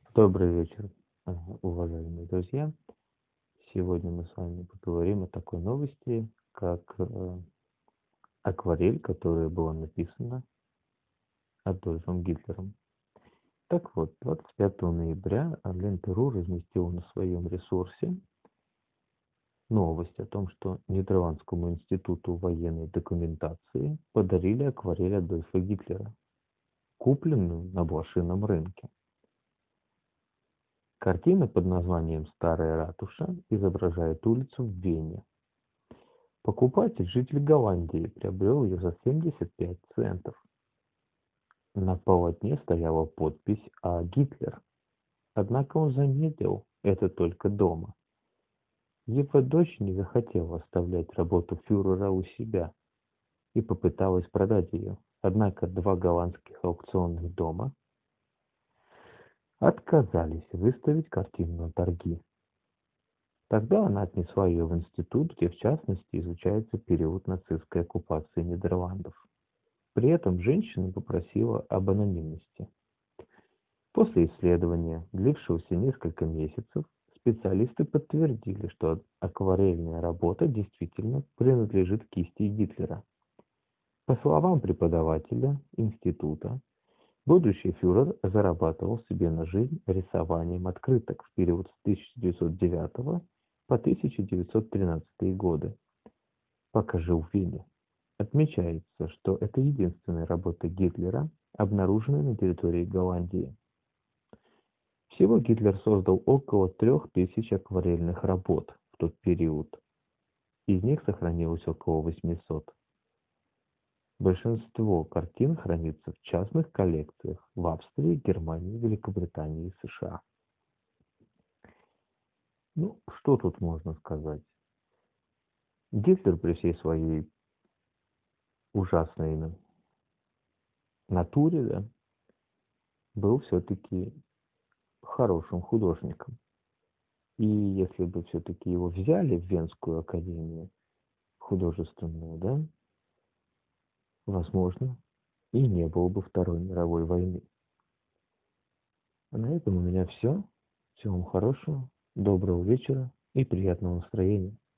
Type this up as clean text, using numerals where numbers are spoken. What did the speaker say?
Добрый вечер, уважаемые друзья. Сегодня мы с вами поговорим о такой новости, как акварель, которая была написана Адольфом Гитлером. Так вот, 25 ноября Лента.ру разместила на своем ресурсе новость о том, что Нидерландскому институту военной документации подарили акварель Адольфа Гитлера, купленную на блошином рынке. Картина под названием «Старая ратуша» изображает улицу в Вене. Покупатель, житель Голландии, приобрел ее за 75 центов. На полотне стояла подпись «А. Гитлер», однако он заметил это только дома. Его дочь не захотела оставлять работу фюрера у себя и попыталась продать ее, однако два голландских аукционных дома отказались выставить картину на торги. Тогда она отнесла ее в институт, где в частности изучается период нацистской оккупации Нидерландов. При этом женщина попросила об анонимности. После исследования, длившегося несколько месяцев, специалисты подтвердили, что акварельная работа действительно принадлежит кисти Гитлера. По словам преподавателя института, будущий фюрер зарабатывал себе на жизнь рисованием открыток в период с 1909 по 1913 годы, пока жил в Вене. Отмечается, что это единственная работа Гитлера, обнаруженная на территории Голландии. Всего Гитлер создал около 3000 акварельных работ в тот период. Из них сохранилось около 800. Большинство картин хранится в частных коллекциях в Австрии, Германии, Великобритании и США. Ну, что тут можно сказать? Гитлер при всей своей ужасной натуре, да, был все-таки хорошим художником. И если бы все-таки его взяли в Венскую академию художественную, да, возможно, и не было бы Второй мировой войны. А на этом у меня все. Всего вам хорошего, доброго вечера и приятного настроения.